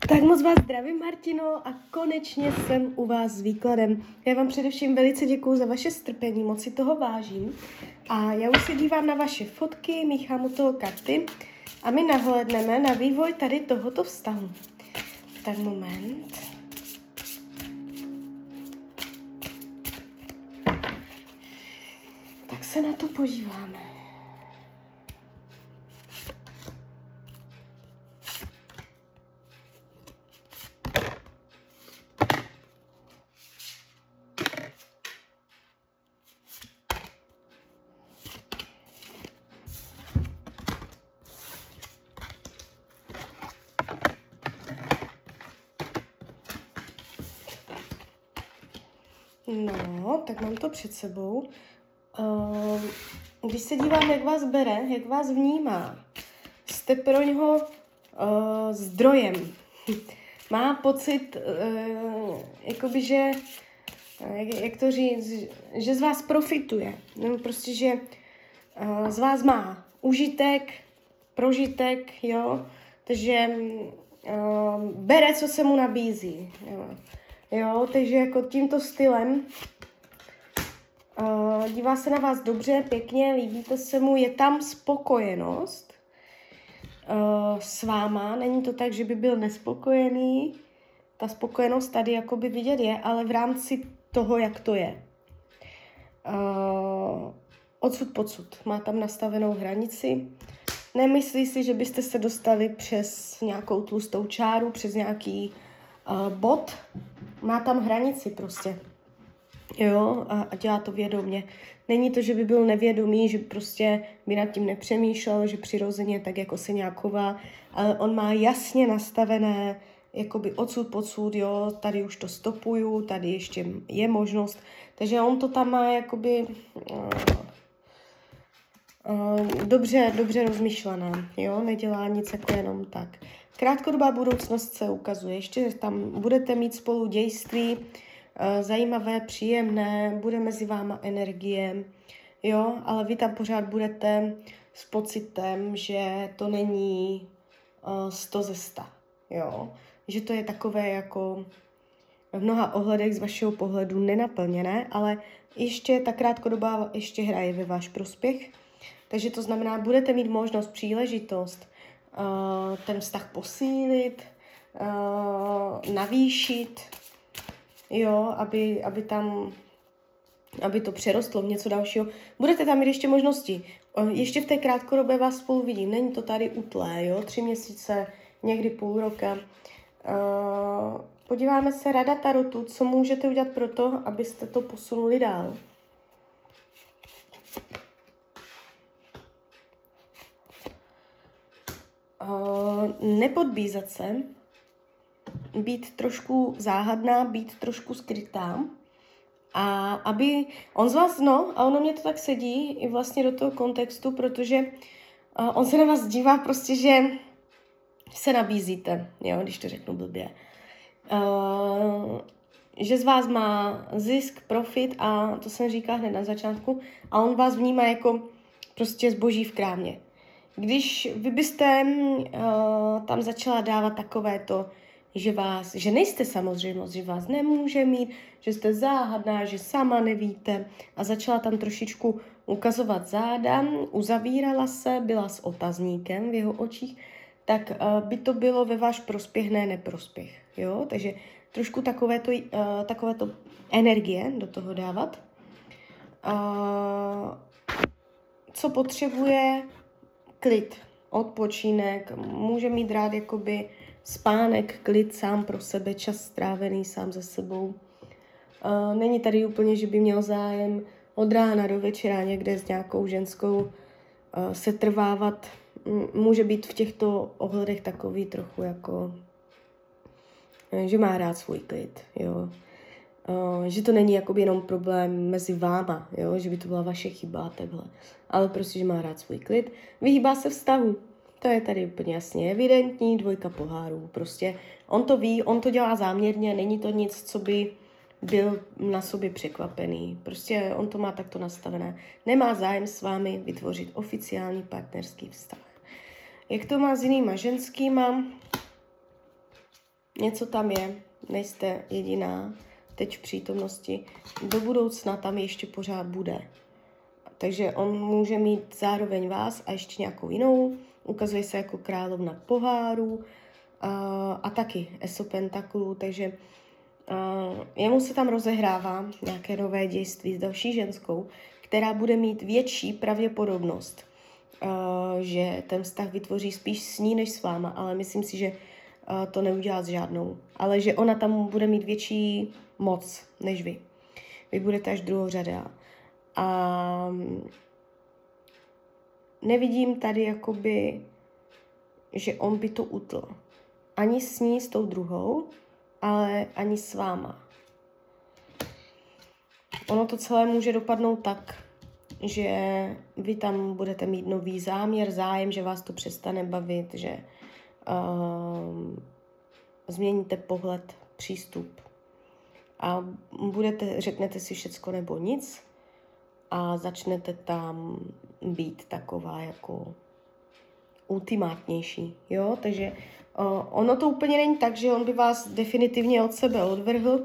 Tak moc vás zdravím, Martino, a konečně jsem u vás s výkladem. Já vám především velice děkuju za vaše strpení, moc si toho vážím. A já už se dívám na vaše fotky, míchám u toho karty a my nahlédneme na vývoj tady tohoto vztahu. Tak moment. Tak se na to podíváme. No, tak mám to před sebou. Když se dívám, jak vás bere, jak vás vnímá, jste pro něho zdrojem. Má pocit, jakoby, že, jak to říct, že z vás profituje. Nebo prostě, že z vás má užitek, prožitek, jo. Takže bere, co se mu nabízí, jo. Jo, takže jako tímto stylem dívá se na vás dobře, pěkně, líbíte se mu, je tam spokojenost s váma, není to tak, že by byl nespokojený, ta spokojenost tady jakoby vidět je, ale v rámci toho, jak to je. Odsud pocud, má tam nastavenou hranici, nemyslí si, že byste se dostali přes nějakou tlustou čáru, přes nějaký bod, má tam hranici prostě, jo, a dělá to vědomě. Není to, že by byl nevědomý, že prostě by nad tím nepřemýšlel, že přirozeně tak jako se nějak chová, ale on má jasně nastavené, jakoby odsud pocud, jo, tady už to stopuju, tady ještě je možnost, takže on to tam má jakoby dobře rozmyšlené, jo, nedělá nic jako jenom tak. Krátkodobá budoucnost se ukazuje, ještě tam budete mít spolu dějství, zajímavé, příjemné, bude mezi váma energie, jo, ale vy tam pořád budete s pocitem, že to není 100 ze 100, jo, že to je takové jako v mnoha ohledech z vašeho pohledu nenaplněné, ale ještě ta krátkodobá ještě hraje ve váš prospěch, takže to znamená, budete mít možnost, příležitost ten vztah posílit, navýšit, jo, aby to přerostlo v něco dalšího. Budete tam mít ještě možnosti. Ještě v té krátkodobě vás spolu vidím. Není to tady utlé, jo, 3 měsíce, někdy půl roka. Podíváme se rada tarotu, co můžete udělat pro to, abyste to posunuli dál. Nepodbízet se, být trošku záhadná, být trošku skrytá a aby on z vás, no, a ono mě to tak sedí i vlastně do toho kontextu, protože on se na vás dívá prostě, že se nabízíte, jo, když to řeknu blbě. Že z vás má zisk, profit a to jsem říkala hned na začátku a on vás vnímá jako prostě zboží v krámě. Když vy byste tam začala dávat takové to, že nejste samozřejmost, že vás nemůže mít, že jste záhadná, že sama nevíte a začala tam trošičku ukazovat záda, uzavírala se, byla s otazníkem v jeho očích, tak by to bylo ve váš prospěch, ne neprospěch. Jo? Takže trošku takovéto energie do toho dávat. Co potřebuje? Klid, odpočinek, může mít rád jakoby spánek, klid sám pro sebe, čas strávený sám se sebou. Není tady úplně, že by měl zájem od rána do večera někde s nějakou ženskou se trvávat. Může být v těchto ohledech takový trochu jako, že má rád svůj klid, jo. Že to není jakoby jenom problém mezi váma, jo? Že by to byla vaše chyba a takhle. Ale prostě, že má rád svůj klid. Vyhýbá se vztahu. To je tady úplně jasně evidentní, 2 pohárů. Prostě on to ví, on to dělá záměrně, není to nic, co by byl na sobě překvapený. Prostě on to má takto nastavené. Nemá zájem s vámi vytvořit oficiální partnerský vztah. Jak to má s jinýma ženskýma? něco tam je, nejste jediná teď v přítomnosti, do budoucna tam ještě pořád bude. Takže on může mít zároveň vás a ještě nějakou jinou, ukazuje se jako královna pohárů a taky As of Pentaklů, takže jemu se tam rozehrává nějaké nové dějství s další ženskou, která bude mít větší pravděpodobnost, že ten vztah vytvoří spíš s ní než s váma, ale myslím si, že to neudělá s žádnou. Ale že ona tam bude mít větší moc než vy. Vy budete až druhořadá. A nevidím tady jakoby, že on by to utl. Ani s ní, s tou druhou, ale ani s váma. Ono to celé může dopadnout tak, že vy tam budete mít nový záměr, zájem, že vás to přestane bavit, že změníte pohled, přístup a řeknete si všecko nebo nic a začnete tam být taková jako ultimátnější, jo, takže ono to úplně není tak, že on by vás definitivně od sebe odvrhl.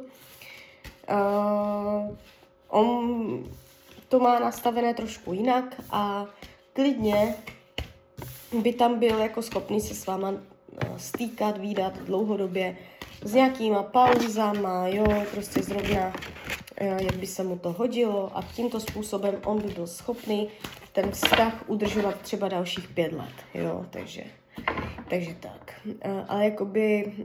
On to má nastavené trošku jinak a klidně by tam byl jako schopný se s váma stýkat, vídat dlouhodobě s nějakýma pauzama, jo, prostě zrovna jak by se mu to hodilo a tímto způsobem on by byl schopný ten vztah udržovat třeba dalších 5 let, jo, takže tak. Ale jakoby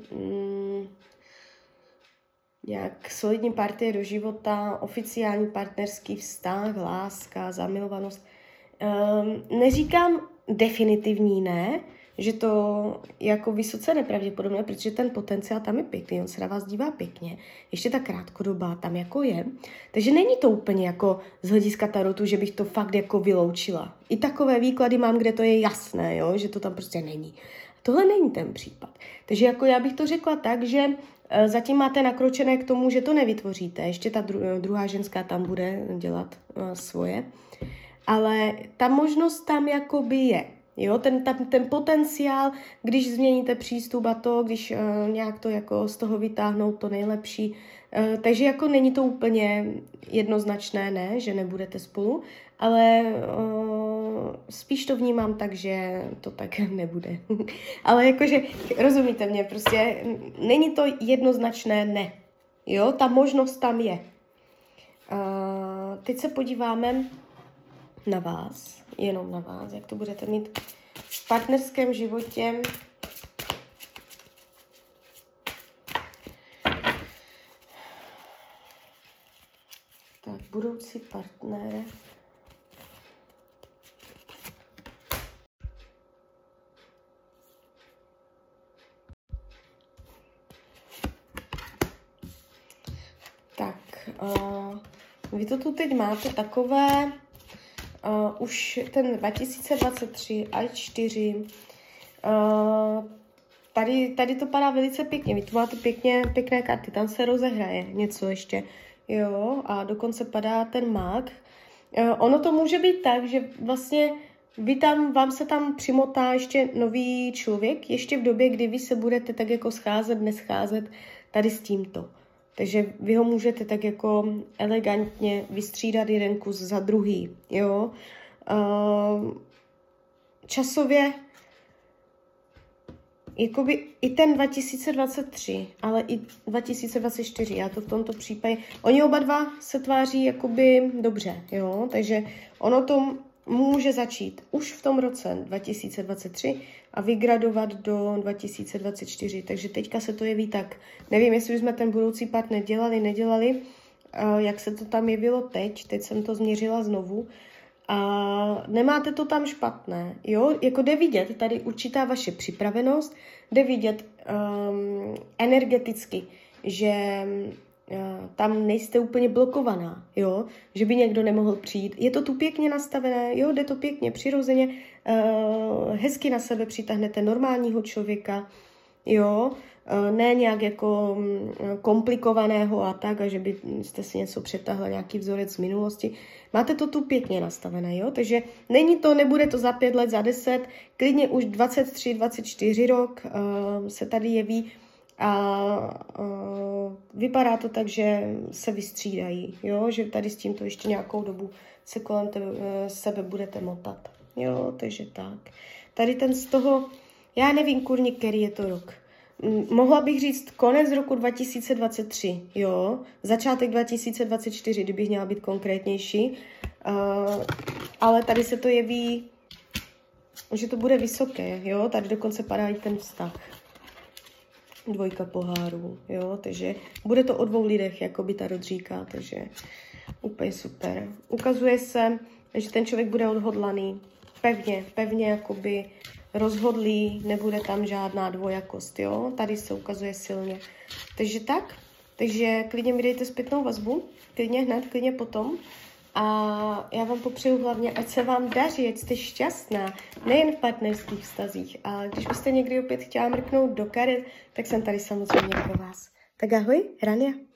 nějak solidní partie do života, oficiální partnerský vztah, láska, zamilovanost. Neříkám definitivní ne, že to jako vysoce nepravděpodobné, protože ten potenciál tam je pěkný, on se na vás dívá pěkně, ještě ta krátkodobá tam jako je, takže není to úplně jako z hlediska tarotu, že bych to fakt jako vyloučila. I takové výklady mám, kde to je jasné, jo, že to tam prostě není. Tohle není ten případ. Takže jako já bych to řekla tak, že zatím máte nakročené k tomu, že to nevytvoříte, ještě ta druhá ženská tam bude dělat svoje, ale ta možnost tam jakoby je. Jo, ten potenciál, když změníte přístup a to, když nějak to jako z toho vytáhnout to nejlepší. Takže jako není to úplně jednoznačné, ne, že nebudete spolu, ale spíš to vnímám tak, že to tak nebude. Ale jakože, rozumíte mě, prostě není to jednoznačné ne. Jo, ta možnost tam je. Teď se podíváme na vás, jenom na vás, jak to budete mít v partnerském životě. Tak, budoucí partner. Tak, vy to tu teď máte takové, už ten 2023 a 4, tady to padá velice pěkně, vy tu máte pěkné karty, tam se rozehraje něco ještě, jo, a dokonce padá ten mák. Ono to může být tak, že vlastně vám se tam přimotá ještě nový člověk, ještě v době, kdy vy se budete tak jako scházet, nescházet tady s tímto. Takže vy ho můžete tak jako elegantně vystřídat jeden kus za druhý, jo. Časově, jakoby i ten 2023, ale i 2024, já to v tomto případě, oni oba dva se tváří jakoby dobře, jo. Takže ono to může začít už v tom roce 2023 a vygradovat do 2024. Takže teďka se to jeví tak. Nevím, jestli jsme ten budoucí partner dělali, nedělali, jak se to tam jevilo teď jsem to změřila znovu. A nemáte to tam špatné, jo? Jako jde vidět tady určitá vaše připravenost, jde vidět energeticky, že tam nejste úplně blokovaná, jo, že by někdo nemohl přijít. Je to tu pěkně nastavené, jo, jde to pěkně, přirozeně, hezky na sebe přitáhnete normálního člověka, jo, ne nějak jako komplikovaného a tak, a že byste si něco přetáhla, nějaký vzorec z minulosti. Máte to tu pěkně nastavené, jo, takže nebude to za 5 let, za 10, klidně už 23, 24 rok se tady jeví A vypadá to tak, že se vystřídají, jo? Že tady s tímto ještě nějakou dobu se kolem sebe budete motat. Jo, takže tak. Tady ten z toho, já nevím kurník, který je to rok. Mohla bych říct konec roku 2023, jo, začátek 2024, kdybych měla být konkrétnější, ale tady se to jeví, že to bude vysoké, jo, tady dokonce padá i ten vztah. 2 pohárů, jo, takže bude to o 2 lidech, jako by Tarot říká, takže úplně super. Ukazuje se, že ten člověk bude odhodlaný, pevně jakoby rozhodlý, nebude tam žádná dvojakost, jo, tady se ukazuje silně. Takže tak, takže klidně mi dejte zpětnou vazbu, klidně hned, klidně potom. A já vám popřeju hlavně, ať se vám daří, ať jste šťastná, nejen v partnerských vztazích. A když byste někdy opět chtěla mrknout do karet, tak jsem tady samozřejmě pro vás. Tak ahoj, Rania.